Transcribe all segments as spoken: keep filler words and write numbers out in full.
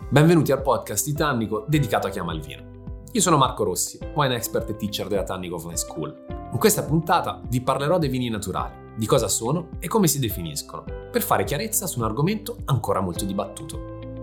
Benvenuti al podcast di Tannico dedicato a chi ama il vino. Io sono Marco Rossi, wine expert e teacher della Tannico Offline School. In questa puntata vi parlerò dei vini naturali, di cosa sono e come si definiscono, per fare chiarezza su un argomento ancora molto dibattuto.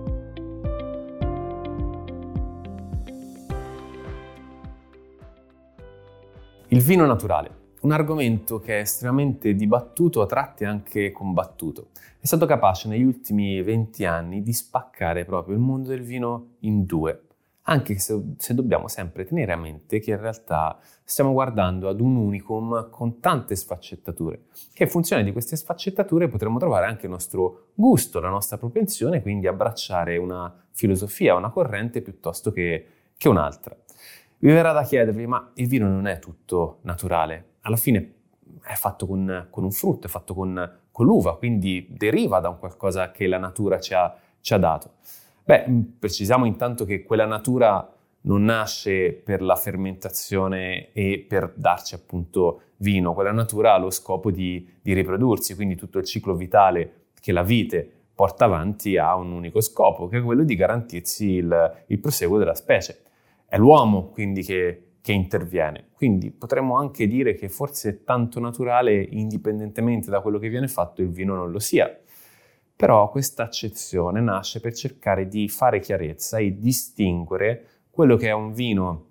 Il vino naturale. Un argomento che è estremamente dibattuto, a tratti anche combattuto. È stato capace negli ultimi venti anni di spaccare proprio il mondo del vino in due, anche se, se dobbiamo sempre tenere a mente che in realtà stiamo guardando ad un unicum con tante sfaccettature, che in funzione di queste sfaccettature potremmo trovare anche il nostro gusto, la nostra propensione, quindi abbracciare una filosofia, una corrente piuttosto che, che un'altra. Vi verrà da chiedervi, ma il vino non è tutto naturale? Alla fine è fatto con, con un frutto, è fatto con, con l'uva, quindi deriva da un qualcosa che la natura ci ha, ci ha dato. Beh, precisiamo intanto che quella natura non nasce per la fermentazione e per darci appunto vino. Quella natura ha lo scopo di, di riprodursi, quindi tutto il ciclo vitale che la vite porta avanti ha un unico scopo, che è quello di garantirsi il, il proseguo della specie. È l'uomo quindi che che interviene. Quindi potremmo anche dire che forse tanto naturale, indipendentemente da quello che viene fatto, il vino non lo sia. Però questa accezione nasce per cercare di fare chiarezza e distinguere quello che è un vino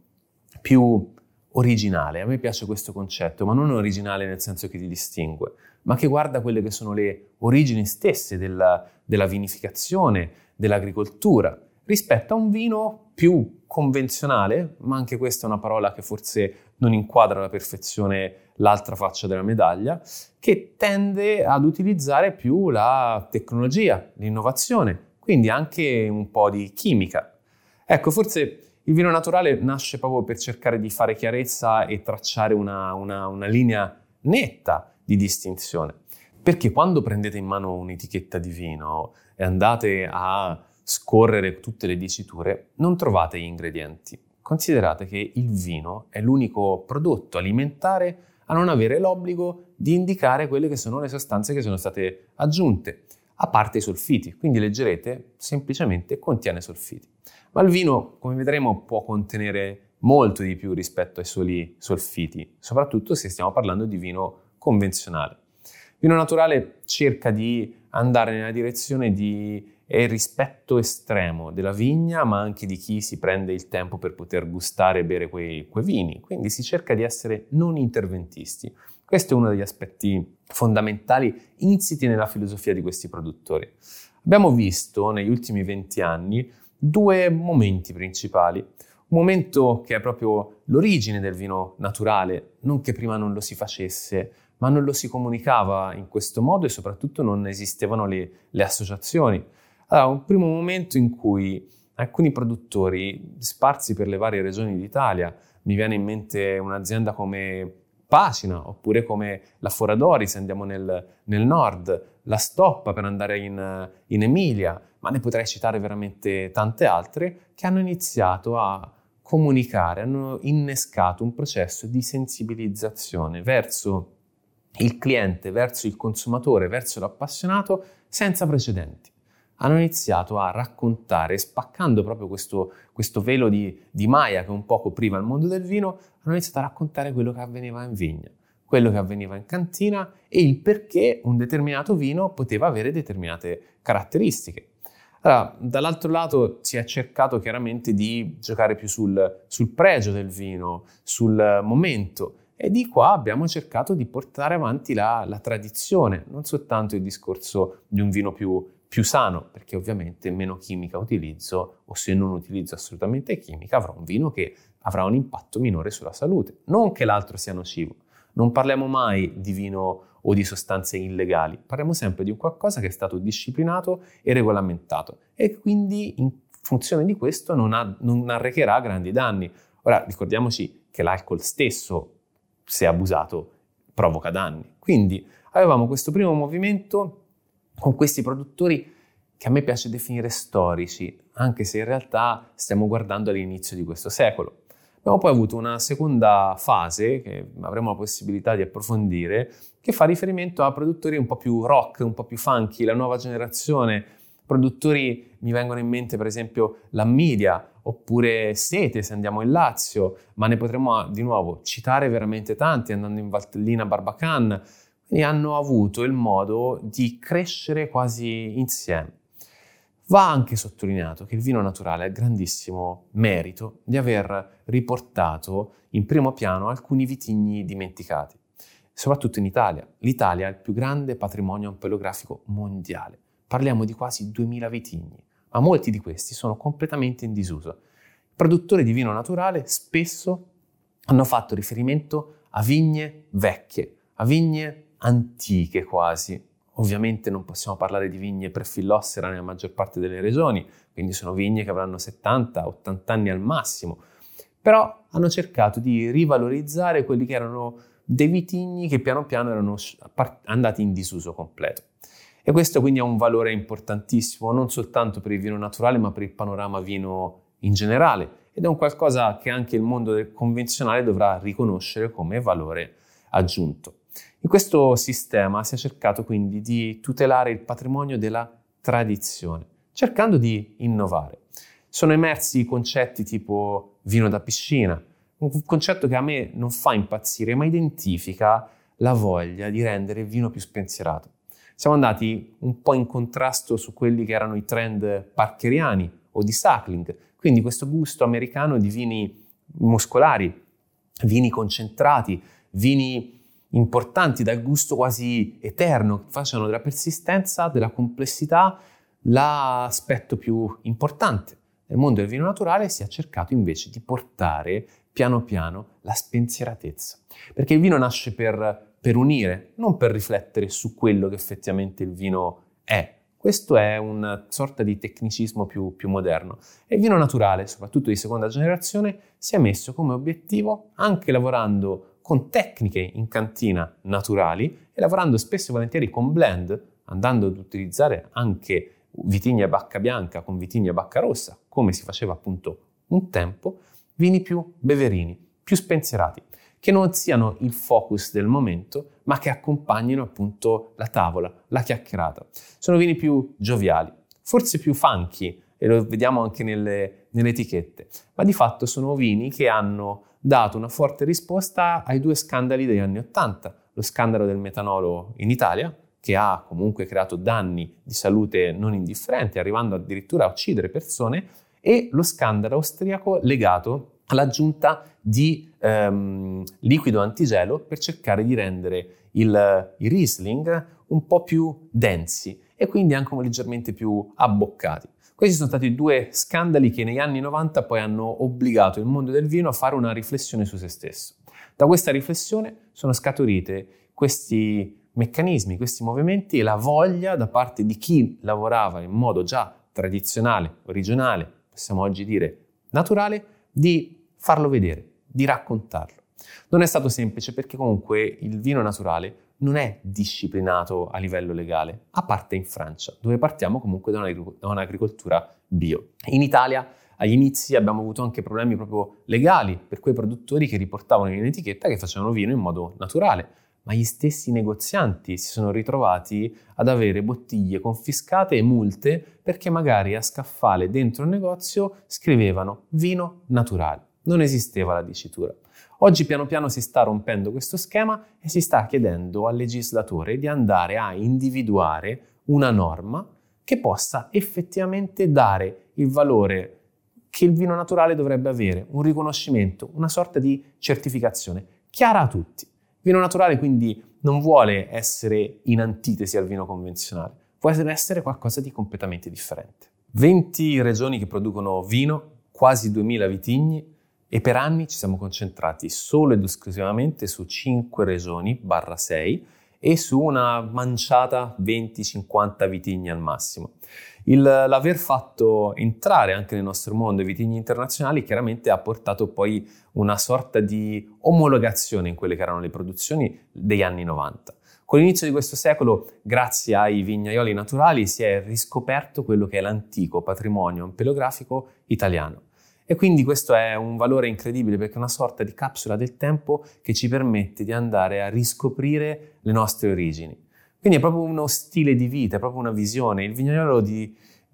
più originale. A me piace questo concetto, ma non originale nel senso che ti distingue, ma che guarda quelle che sono le origini stesse della, della vinificazione, dell'agricoltura, rispetto a un vino più convenzionale, ma anche questa è una parola che forse non inquadra alla perfezione l'altra faccia della medaglia, che tende ad utilizzare più la tecnologia, l'innovazione, quindi anche un po' di chimica. Ecco, forse il vino naturale nasce proprio per cercare di fare chiarezza e tracciare una, una, una linea netta di distinzione. Perché quando prendete in mano un'etichetta di vino e andate a scorrere tutte le diciture, non trovate gli ingredienti. Considerate che il vino è l'unico prodotto alimentare a non avere l'obbligo di indicare quelle che sono le sostanze che sono state aggiunte, a parte i solfiti. Quindi leggerete, semplicemente contiene solfiti. Ma il vino, come vedremo, può contenere molto di più rispetto ai soli solfiti, soprattutto se stiamo parlando di vino convenzionale. Il vino naturale cerca di andare nella direzione di è il rispetto estremo della vigna, ma anche di chi si prende il tempo per poter gustare e bere quei, quei vini. Quindi si cerca di essere non interventisti. Questo è uno degli aspetti fondamentali insiti nella filosofia di questi produttori. Abbiamo visto negli ultimi venti anni due momenti principali. Un momento che è proprio l'origine del vino naturale, non che prima non lo si facesse, ma non lo si comunicava in questo modo e soprattutto non esistevano le, le associazioni. Allora, un primo momento in cui alcuni produttori sparsi per le varie regioni d'Italia, mi viene in mente un'azienda come Pacina, oppure come la Foradori se andiamo nel, nel nord, la Stoppa per andare in, in Emilia, ma ne potrei citare veramente tante altre, che hanno iniziato a comunicare, hanno innescato un processo di sensibilizzazione verso il cliente, verso il consumatore, verso l'appassionato senza precedenti. Hanno iniziato a raccontare, spaccando proprio questo, questo velo di, di Maya che un po' copriva il mondo del vino, hanno iniziato a raccontare quello che avveniva in vigna, quello che avveniva in cantina e il perché un determinato vino poteva avere determinate caratteristiche. Allora, dall'altro lato si è cercato chiaramente di giocare più sul, sul pregio del vino, sul momento, e di qua abbiamo cercato di portare avanti la, la tradizione, non soltanto il discorso di un vino più più sano, perché ovviamente meno chimica utilizzo, o se non utilizzo assolutamente chimica, avrò un vino che avrà un impatto minore sulla salute. Non che l'altro sia nocivo. Non parliamo mai di vino o di sostanze illegali, parliamo sempre di un qualcosa che è stato disciplinato e regolamentato e quindi in funzione di questo non, ha, non arrecherà grandi danni. Ora ricordiamoci che l'alcol stesso, se abusato, provoca danni. Quindi avevamo questo primo movimento con questi produttori che a me piace definire storici, anche se in realtà stiamo guardando all'inizio di questo secolo. Abbiamo poi avuto una seconda fase, che avremo la possibilità di approfondire, che fa riferimento a produttori un po' più rock, un po' più funky, la nuova generazione, Produttori, mi vengono in mente per esempio l'Ammidia, oppure Sete se andiamo in Lazio, ma ne potremmo di nuovo citare veramente tanti andando in Valtellina, Barbacan, e hanno avuto il modo di crescere quasi insieme. Va anche sottolineato che il vino naturale ha il grandissimo merito di aver riportato in primo piano alcuni vitigni dimenticati, soprattutto in Italia. L'Italia ha il più grande patrimonio ampelografico mondiale. Parliamo di quasi duemila vitigni, ma molti di questi sono completamente in disuso. I produttori di vino naturale spesso hanno fatto riferimento a vigne vecchie, a vigne antiche quasi. Ovviamente non possiamo parlare di vigne pre-fillossera nella maggior parte delle regioni, quindi sono vigne che avranno settanta ottanta anni al massimo, però hanno cercato di rivalorizzare quelli che erano dei vitigni che piano piano erano andati in disuso completo. E questo quindi ha un valore importantissimo, non soltanto per il vino naturale, ma per il panorama vino in generale, ed è un qualcosa che anche il mondo del convenzionale dovrà riconoscere come valore aggiunto. In questo sistema si è cercato quindi di tutelare il patrimonio della tradizione, cercando di innovare. Sono emersi concetti tipo vino da piscina, un concetto che a me non fa impazzire, ma identifica la voglia di rendere il vino più spensierato. Siamo andati un po' in contrasto su quelli che erano i trend parkeriani o di cycling, quindi questo gusto americano di vini muscolari, vini concentrati, vini importanti dal gusto quasi eterno, che facciano della persistenza, della complessità l'aspetto più importante. Nel mondo del vino naturale si è cercato invece di portare piano piano la spensieratezza, perché il vino nasce per per unire, non per riflettere su quello che effettivamente il vino è. Questo è una sorta di tecnicismo più, più moderno. E il vino naturale, soprattutto di seconda generazione, si è messo come obiettivo, anche lavorando con tecniche in cantina naturali e lavorando spesso e volentieri con blend, andando ad utilizzare anche vitigni a bacca bianca con vitigni a bacca rossa, come si faceva appunto un tempo, vini più beverini, più spensierati, che non siano il focus del momento, ma che accompagnino appunto la tavola, la chiacchierata. Sono vini più gioviali, forse più funky, e lo vediamo anche nelle, nelle etichette, ma di fatto sono vini che hanno dato una forte risposta ai due scandali degli anni Ottanta. Lo scandalo del metanolo in Italia, che ha comunque creato danni di salute non indifferenti, arrivando addirittura a uccidere persone, e lo scandalo austriaco legato all'aggiunta di ehm, liquido antigelo per cercare di rendere il, il Riesling un po' più densi e quindi anche leggermente più abboccati. Questi sono stati due scandali che negli anni novanta poi hanno obbligato il mondo del vino a fare una riflessione su se stesso. Da questa riflessione sono scaturite questi meccanismi, questi movimenti e la voglia da parte di chi lavorava in modo già tradizionale, originale, possiamo oggi dire naturale, di farlo vedere, di raccontarlo. Non è stato semplice perché comunque il vino naturale non è disciplinato a livello legale, a parte in Francia, dove partiamo comunque da, un'agric- da un'agricoltura bio. In Italia agli inizi abbiamo avuto anche problemi proprio legali per quei produttori che riportavano in etichetta che facevano vino in modo naturale, ma gli stessi negozianti si sono ritrovati ad avere bottiglie confiscate e multe perché magari a scaffale dentro il negozio scrivevano vino naturale. Non esisteva la dicitura. Oggi piano piano si sta rompendo questo schema e si sta chiedendo al legislatore di andare a individuare una norma che possa effettivamente dare il valore che il vino naturale dovrebbe avere, un riconoscimento, una sorta di certificazione chiara a tutti. Il vino naturale quindi non vuole essere in antitesi al vino convenzionale, vuole essere qualcosa di completamente differente. venti regioni che producono vino, quasi duemila vitigni, e per anni ci siamo concentrati solo ed esclusivamente su cinque regioni, barra sei, e su una manciata venti cinquanta vitigni al massimo. Il, l'aver fatto entrare anche nel nostro mondo i vitigni internazionali chiaramente ha portato poi una sorta di omologazione in quelle che erano le produzioni degli anni novanta. Con l'inizio di questo secolo, grazie ai vignaioli naturali, si è riscoperto quello che è l'antico patrimonio ampelografico italiano. E quindi questo è un valore incredibile perché è una sorta di capsula del tempo che ci permette di andare a riscoprire le nostre origini. Quindi è proprio uno stile di vita, è proprio una visione. Il vignaiolo di,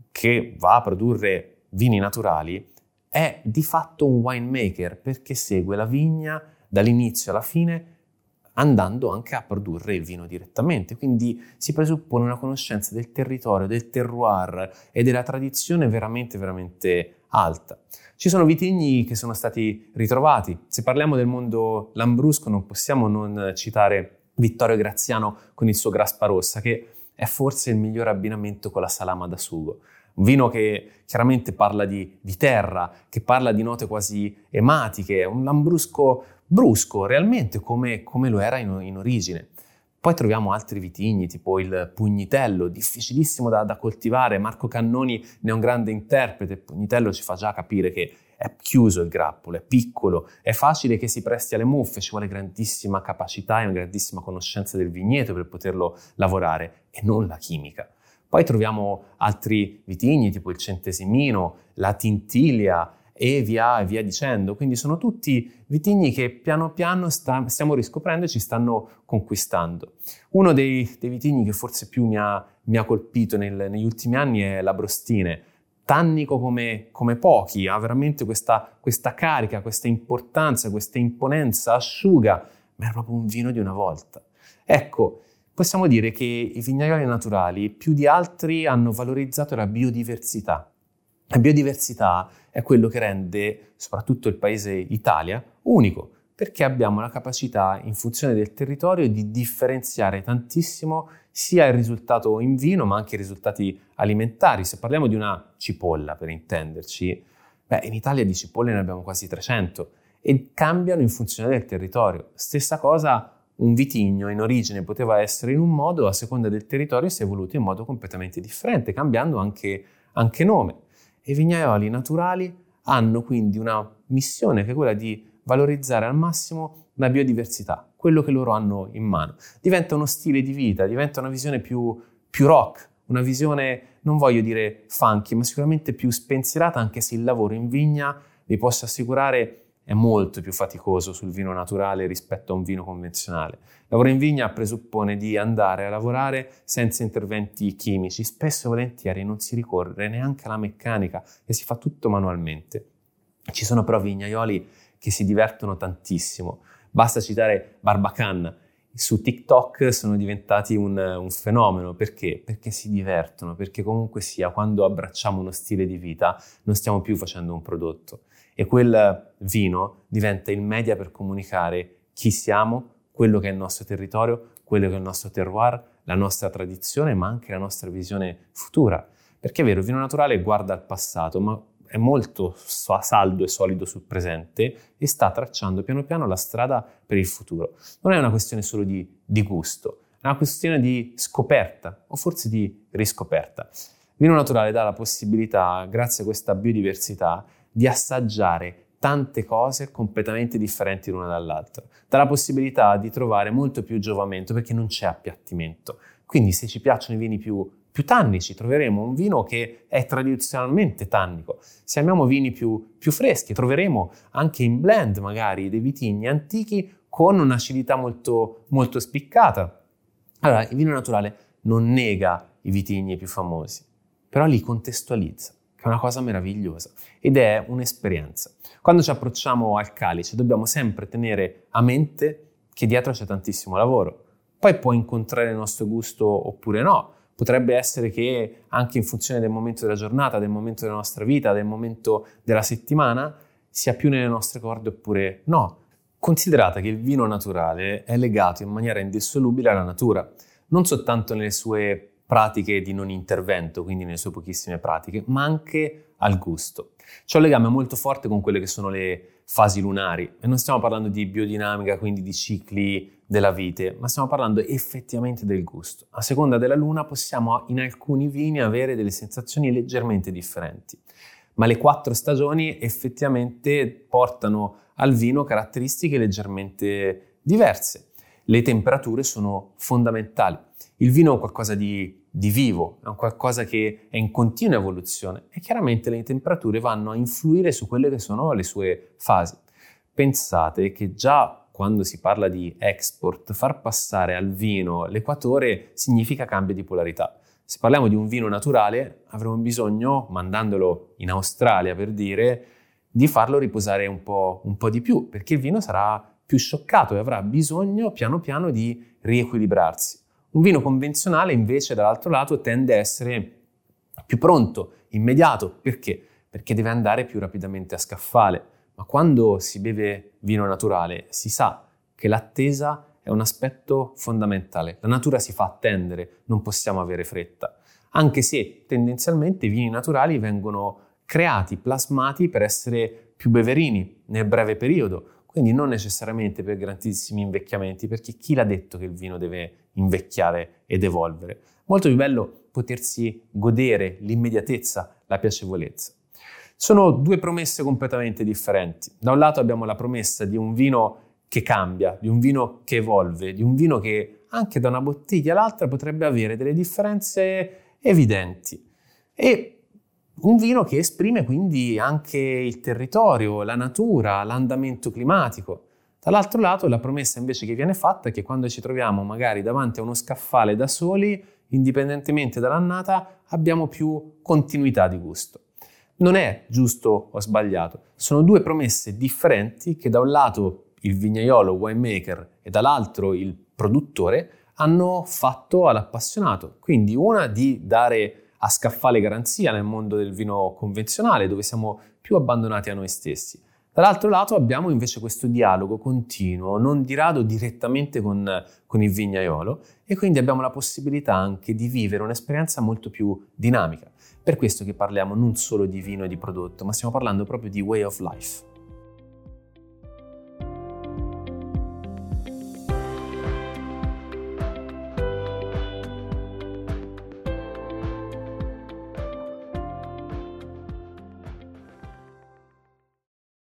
che va a produrre vini naturali è di fatto un winemaker, perché segue la vigna dall'inizio alla fine, andando anche a produrre il vino direttamente. Quindi si presuppone una conoscenza del territorio, del terroir e della tradizione veramente, veramente alta. Ci sono vitigni che sono stati ritrovati. Se parliamo del mondo lambrusco non possiamo non citare Vittorio Graziano con il suo Grappa Rossa, che è forse il miglior abbinamento con la salama da sugo. Un vino che chiaramente parla di, di terra, che parla di note quasi ematiche, un lambrusco brusco, realmente come, come lo era in, in origine. Poi troviamo altri vitigni, tipo il Pugnitello, difficilissimo da, da coltivare. Marco Cannoni ne è un grande interprete. Il Pugnitello ci fa già capire che è chiuso il grappolo, è piccolo, è facile che si presti alle muffe, ci vuole grandissima capacità e una grandissima conoscenza del vigneto per poterlo lavorare, e non la chimica. Poi troviamo altri vitigni, tipo il Centesimino, la Tintilia, e via, e via dicendo. Quindi sono tutti vitigni che piano piano sta, stiamo riscoprendo e ci stanno conquistando. Uno dei, dei vitigni che forse più mi ha, mi ha colpito nel, negli ultimi anni è l'Abrostine. Tannico come, come pochi, ha veramente questa, questa carica, questa importanza, questa imponenza, asciuga, ma è proprio un vino di una volta. Ecco, possiamo dire che i vignaioli naturali più di altri hanno valorizzato la biodiversità. La biodiversità è quello che rende soprattutto il paese Italia unico, perché abbiamo la capacità, in funzione del territorio, di differenziare tantissimo sia il risultato in vino, ma anche i risultati alimentari. Se parliamo di una cipolla, per intenderci, beh, in Italia di cipolle ne abbiamo quasi trecento e cambiano in funzione del territorio. Stessa cosa, un vitigno in origine poteva essere in un modo, a seconda del territorio si è evoluto in modo completamente differente, cambiando anche, anche nome. E i vignaioli naturali hanno quindi una missione che è quella di valorizzare al massimo la biodiversità, quello che loro hanno in mano. Diventa uno stile di vita, diventa una visione più, più rock, una visione, non voglio dire funky, ma sicuramente più spensierata, anche se il lavoro in vigna, vi posso assicurare, è molto più faticoso sul vino naturale rispetto a un vino convenzionale. Il lavoro in vigna presuppone di andare a lavorare senza interventi chimici, spesso e volentieri non si ricorre neanche alla meccanica e si fa tutto manualmente. Ci sono però vignaioli che si divertono tantissimo. Basta citare Barbacan. Su TikTok sono diventati un, un fenomeno. Perché? Perché si divertono, perché comunque sia, quando abbracciamo uno stile di vita non stiamo più facendo un prodotto. E quel vino diventa il media per comunicare chi siamo, quello che è il nostro territorio, quello che è il nostro terroir, la nostra tradizione, ma anche la nostra visione futura. Perché è vero, il vino naturale guarda al passato, ma è molto saldo e solido sul presente e sta tracciando piano piano la strada per il futuro. Non è una questione solo di, di gusto, è una questione di scoperta, o forse di riscoperta. Il vino naturale dà la possibilità, grazie a questa biodiversità, di assaggiare tante cose completamente differenti l'una dall'altra. Dà la possibilità di trovare molto più giovamento, perché non c'è appiattimento. Quindi se ci piacciono i vini più, più tannici, troveremo un vino che è tradizionalmente tannico. Se amiamo vini più, più freschi, troveremo anche in blend magari dei vitigni antichi con un'acidità molto, molto spiccata. Allora, il vino naturale non nega i vitigni più famosi, però li contestualizza, che è una cosa meravigliosa ed è un'esperienza. Quando ci approcciamo al calice dobbiamo sempre tenere a mente che dietro c'è tantissimo lavoro. Poi può incontrare il nostro gusto oppure no. Potrebbe essere che anche in funzione del momento della giornata, del momento della nostra vita, del momento della settimana, sia più nelle nostre corde oppure no. Considerate che il vino naturale è legato in maniera indissolubile alla natura, non soltanto nelle sue pratiche di non intervento, quindi nelle sue pochissime pratiche, ma anche al gusto. C'è un legame molto forte con quelle che sono le fasi lunari, e non stiamo parlando di biodinamica, quindi di cicli della vite, ma stiamo parlando effettivamente del gusto. A seconda della luna possiamo in alcuni vini avere delle sensazioni leggermente differenti, ma le quattro stagioni effettivamente portano al vino caratteristiche leggermente diverse. Le temperature sono fondamentali. Il vino è qualcosa di, di vivo, è un qualcosa che è in continua evoluzione e chiaramente le temperature vanno a influire su quelle che sono le sue fasi. Pensate che già quando si parla di export, far passare al vino l'equatore significa cambio di polarità. Se parliamo di un vino naturale, avremo bisogno, mandandolo in Australia per dire, di farlo riposare un po', un po' di più, perché il vino sarà più scioccato e avrà bisogno piano piano di riequilibrarsi. Un vino convenzionale invece dall'altro lato tende a essere più pronto, immediato. Perché? Perché deve andare più rapidamente a scaffale. Ma quando si beve vino naturale si sa che l'attesa è un aspetto fondamentale. La natura si fa attendere, non possiamo avere fretta. Anche se tendenzialmente i vini naturali vengono creati, plasmati per essere più beverini nel breve periodo, quindi non necessariamente per grandissimi invecchiamenti, perché chi l'ha detto che il vino deve invecchiare ed evolvere? Molto più bello potersi godere l'immediatezza, la piacevolezza. Sono due promesse completamente differenti. Da un lato abbiamo la promessa di un vino che cambia, di un vino che evolve, di un vino che anche da una bottiglia all'altra potrebbe avere delle differenze evidenti. E un vino che esprime quindi anche il territorio, la natura, l'andamento climatico. Dall'altro lato la promessa invece che viene fatta è che quando ci troviamo magari davanti a uno scaffale da soli, indipendentemente dall'annata, abbiamo più continuità di gusto. Non è giusto o sbagliato, sono due promesse differenti che da un lato il vignaiolo, winemaker, e dall'altro il produttore hanno fatto all'appassionato. Quindi una di dare a scaffale garanzia nel mondo del vino convenzionale, dove siamo più abbandonati a noi stessi. Dall'altro lato abbiamo invece questo dialogo continuo, non di rado direttamente con, con il vignaiolo, e quindi abbiamo la possibilità anche di vivere un'esperienza molto più dinamica. Per questo che parliamo non solo di vino e di prodotto, ma stiamo parlando proprio di way of life.